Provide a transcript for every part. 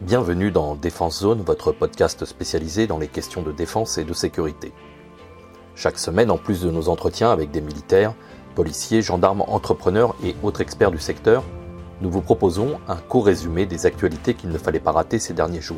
Bienvenue dans Défense Zone, votre podcast spécialisé dans les questions de défense et de sécurité. Chaque semaine, en plus de nos entretiens avec des militaires, policiers, gendarmes, entrepreneurs et autres experts du secteur, nous vous proposons un court résumé des actualités qu'il ne fallait pas rater ces derniers jours.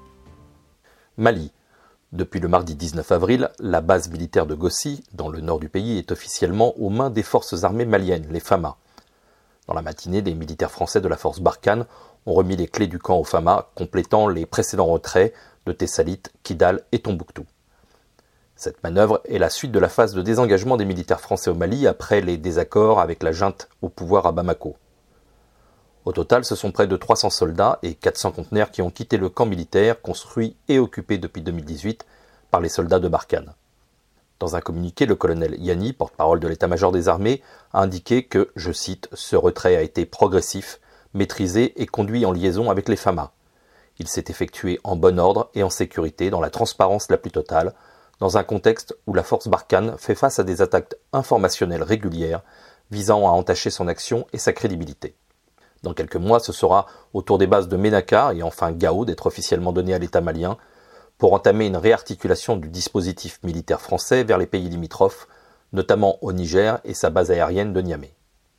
Mali. Depuis le mardi 19 avril, la base militaire de Gossi, dans le nord du pays, est officiellement aux mains des forces armées maliennes, les FAMA. Dans la matinée, des militaires français de la force Barkhane ont remis les clés du camp aux FAMA, complétant les précédents retraits de Tessalit, Kidal et Tombouctou. Cette manœuvre est la suite de la phase de désengagement des militaires français au Mali après les désaccords avec la junte au pouvoir à Bamako. Au total, ce sont près de 300 soldats et 400 conteneurs qui ont quitté le camp militaire construit et occupé depuis 2018 par les soldats de Barkhane. Dans un communiqué, le colonel Yanni, porte-parole de l'état-major des armées, a indiqué que, je cite, « ce retrait a été progressif, maîtrisé et conduit en liaison avec les FAMA. Il s'est effectué en bon ordre et en sécurité, dans la transparence la plus totale, dans un contexte où la force Barkhane fait face à des attaques informationnelles régulières visant à entacher son action et sa crédibilité. Dans quelques mois, ce sera au tour des bases de Ménaka et enfin Gao d'être officiellement donné à l'État malien pour entamer une réarticulation du dispositif militaire français vers les pays limitrophes, notamment au Niger et sa base aérienne de Niamey.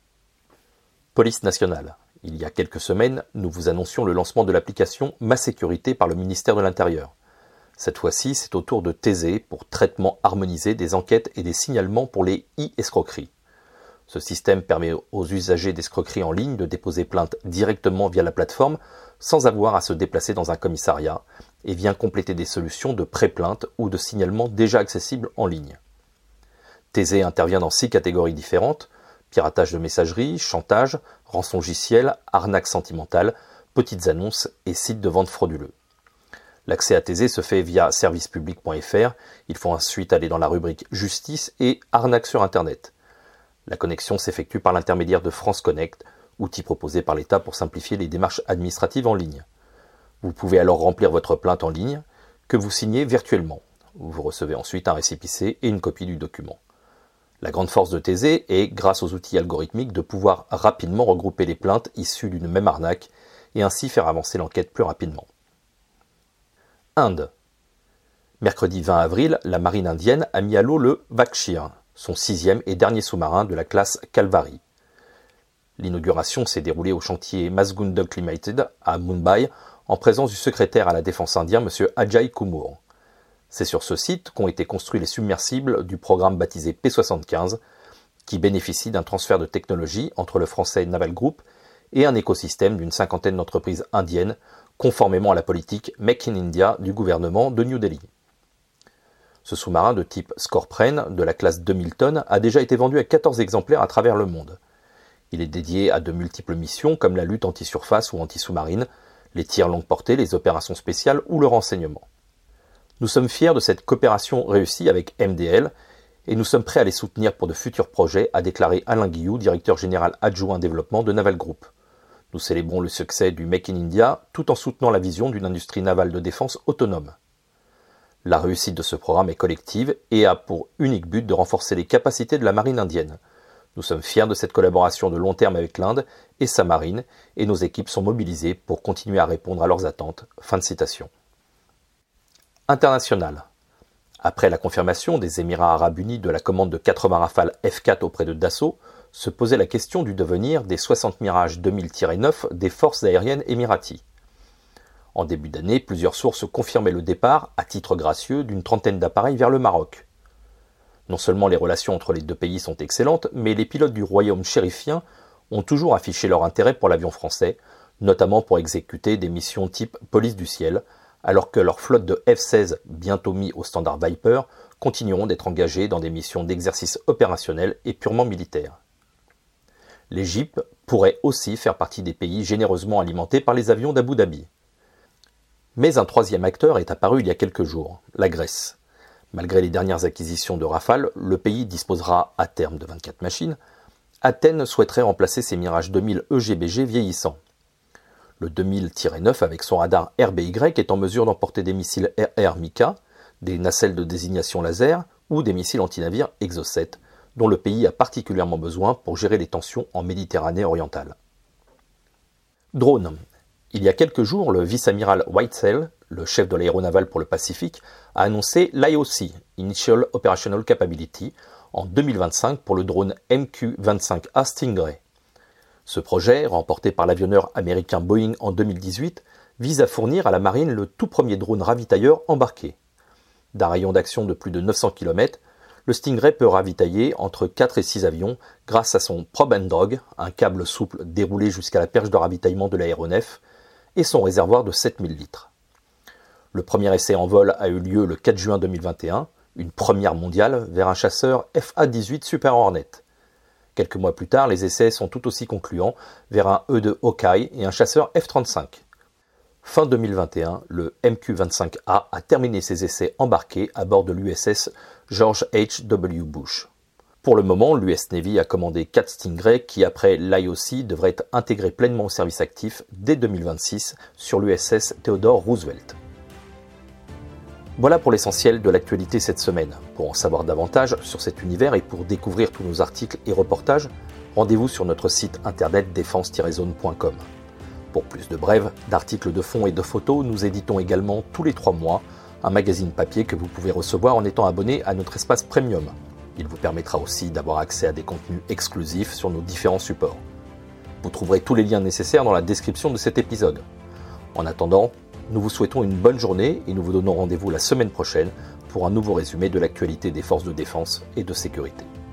Police nationale. Il y a quelques semaines, nous vous annoncions le lancement de l'application Ma Sécurité par le ministère de l'Intérieur. Cette fois-ci, c'est au tour de Thésée pour traitement harmonisé des enquêtes et des signalements pour les e-escroqueries. Ce système permet aux usagers d'escroqueries en ligne de déposer plainte directement via la plateforme sans avoir à se déplacer dans un commissariat et vient compléter des solutions de pré-plainte ou de signalement déjà accessibles en ligne. Thésée intervient dans 6 catégories différentes: piratage de messagerie, chantage, rançongiciel, arnaque sentimentale, petites annonces et sites de vente frauduleux. L'accès à Thésée se fait via servicepublic.fr, il faut ensuite aller dans la rubrique Justice et Arnaque sur Internet. La connexion s'effectue par l'intermédiaire de France Connect, outil proposé par l'État pour simplifier les démarches administratives en ligne. Vous pouvez alors remplir votre plainte en ligne, que vous signez virtuellement. Vous recevez ensuite un récépissé et une copie du document. La grande force de Thésée est, grâce aux outils algorithmiques, de pouvoir rapidement regrouper les plaintes issues d'une même arnaque et ainsi faire avancer l'enquête plus rapidement. Inde. Mercredi 20 avril, la marine indienne a mis à l'eau le Vakshir, son 6e et dernier sous-marin de la classe Kalvari. L'inauguration s'est déroulée au chantier Mazgunduk Limited à Mumbai en présence du secrétaire à la défense indien M. Ajay Kumar. C'est sur ce site qu'ont été construits les submersibles du programme baptisé P-75 qui bénéficie d'un transfert de technologie entre le français Naval Group et un écosystème d'une 50aine d'entreprises indiennes conformément à la politique Make in India du gouvernement de New Delhi. Ce sous-marin de type Scorpène de la classe 2000 tonnes a déjà été vendu à 14 exemplaires à travers le monde. Il est dédié à de multiples missions comme la lutte anti-surface ou anti-sous-marine, les tirs longue portée, les opérations spéciales ou le renseignement. Nous sommes fiers de cette coopération réussie avec MDL et nous sommes prêts à les soutenir pour de futurs projets, a déclaré Alain Guillou, directeur général adjoint développement de Naval Group. Nous célébrons le succès du Make in India tout en soutenant la vision d'une industrie navale de défense autonome. La réussite de ce programme est collective et a pour unique but de renforcer les capacités de la marine indienne. Nous sommes fiers de cette collaboration de long terme avec l'Inde et sa marine et nos équipes sont mobilisées pour continuer à répondre à leurs attentes. Fin de citation. International. Après la confirmation des Émirats arabes unis de la commande de 80 Rafale F4 auprès de Dassault, se posait la question du devenir des 60 Mirage 2000-9 des forces aériennes émiraties. En début d'année, plusieurs sources confirmaient le départ, à titre gracieux, d'une trentaine d'appareils vers le Maroc. Non seulement les relations entre les deux pays sont excellentes, mais les pilotes du royaume chérifien ont toujours affiché leur intérêt pour l'avion français, notamment pour exécuter des missions type police du ciel, alors que leur flotte de F-16, bientôt mis au standard Viper, continueront d'être engagées dans des missions d'exercice opérationnel et purement militaires. L'Égypte pourrait aussi faire partie des pays généreusement alimentés par les avions d'Abu Dhabi. Mais un troisième acteur est apparu il y a quelques jours, la Grèce. Malgré les dernières acquisitions de Rafale, le pays disposera à terme de 24 machines. Athènes souhaiterait remplacer ses Mirage 2000 EGBG vieillissants. Le 2000-9 avec son radar RBY est en mesure d'emporter des missiles RR Mika, des nacelles de désignation laser ou des missiles antinavires Exocet, dont le pays a particulièrement besoin pour gérer les tensions en Méditerranée orientale. Drone. Il y a quelques jours, le vice-amiral Whitesell, le chef de l'aéronavale pour le Pacifique, a annoncé l'IOC, Initial Operational Capability, en 2025 pour le drone MQ-25A Stingray. Ce projet, remporté par l'avionneur américain Boeing en 2018, vise à fournir à la marine le tout premier drone ravitailleur embarqué. D'un rayon d'action de plus de 900 km, le Stingray peut ravitailler entre 4 et 6 avions grâce à son Probe and Drag, un câble souple déroulé jusqu'à la perche de ravitaillement de l'aéronef, et son réservoir de 7000 litres. Le premier essai en vol a eu lieu le 4 juin 2021, une première mondiale, vers un chasseur FA-18 Super Hornet. Quelques mois plus tard, les essais sont tout aussi concluants vers un E-2 Hawkeye et un chasseur F-35. Fin 2021, le MQ-25A a terminé ses essais embarqués à bord de l'USS George H.W. Bush. Pour le moment, l'US Navy a commandé 4 Stingray qui, après l'IOC, devraient être intégrés pleinement au service actif dès 2026 sur l'USS Theodore Roosevelt. Voilà pour l'essentiel de l'actualité cette semaine. Pour en savoir davantage sur cet univers et pour découvrir tous nos articles et reportages, rendez-vous sur notre site internet défense-zone.com. Pour plus de brèves, d'articles de fond et de photos, nous éditons également tous les 3 mois un magazine papier que vous pouvez recevoir en étant abonné à notre espace premium. Il vous permettra aussi d'avoir accès à des contenus exclusifs sur nos différents supports. Vous trouverez tous les liens nécessaires dans la description de cet épisode. En attendant, nous vous souhaitons une bonne journée et nous vous donnons rendez-vous la semaine prochaine pour un nouveau résumé de l'actualité des forces de défense et de sécurité.